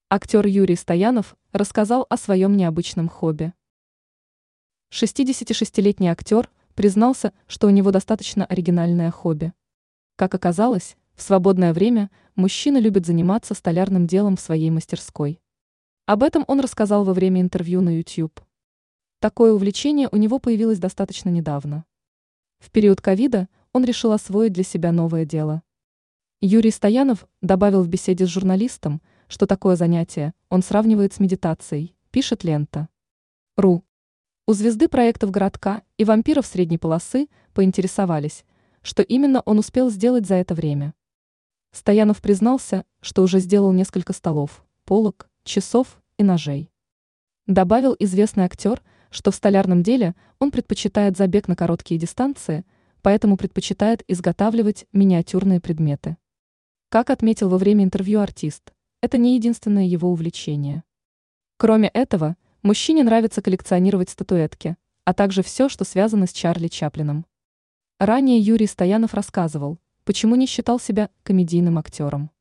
Актер Юрий Стоянов рассказал о своем необычном хобби. 66-летний актер признался, что у него достаточно оригинальное хобби. Как оказалось, в свободное время мужчина любит заниматься столярным делом в своей мастерской. Об этом он рассказал во время интервью на YouTube. Такое увлечение у него появилось достаточно недавно. В период ковида он решил освоить для себя новое дело. Юрий Стоянов добавил в беседе с журналистом, что такое занятие он сравнивает с медитацией, пишет Лента.ру. У звезды проектов «Городка» и «Вампиров средней полосы» поинтересовались, что именно он успел сделать за это время. Стоянов признался, что уже сделал несколько столов, полок, часов и ножей. Добавил известный актер, что в столярном деле он предпочитает забег на короткие дистанции, поэтому предпочитает изготавливать миниатюрные предметы. Как отметил во время интервью артист, это не единственное его увлечение. Кроме этого, мужчине нравится коллекционировать статуэтки, а также все, что связано с Чарли Чаплином. Ранее Юрий Стоянов рассказывал, почему не считал себя комедийным актером.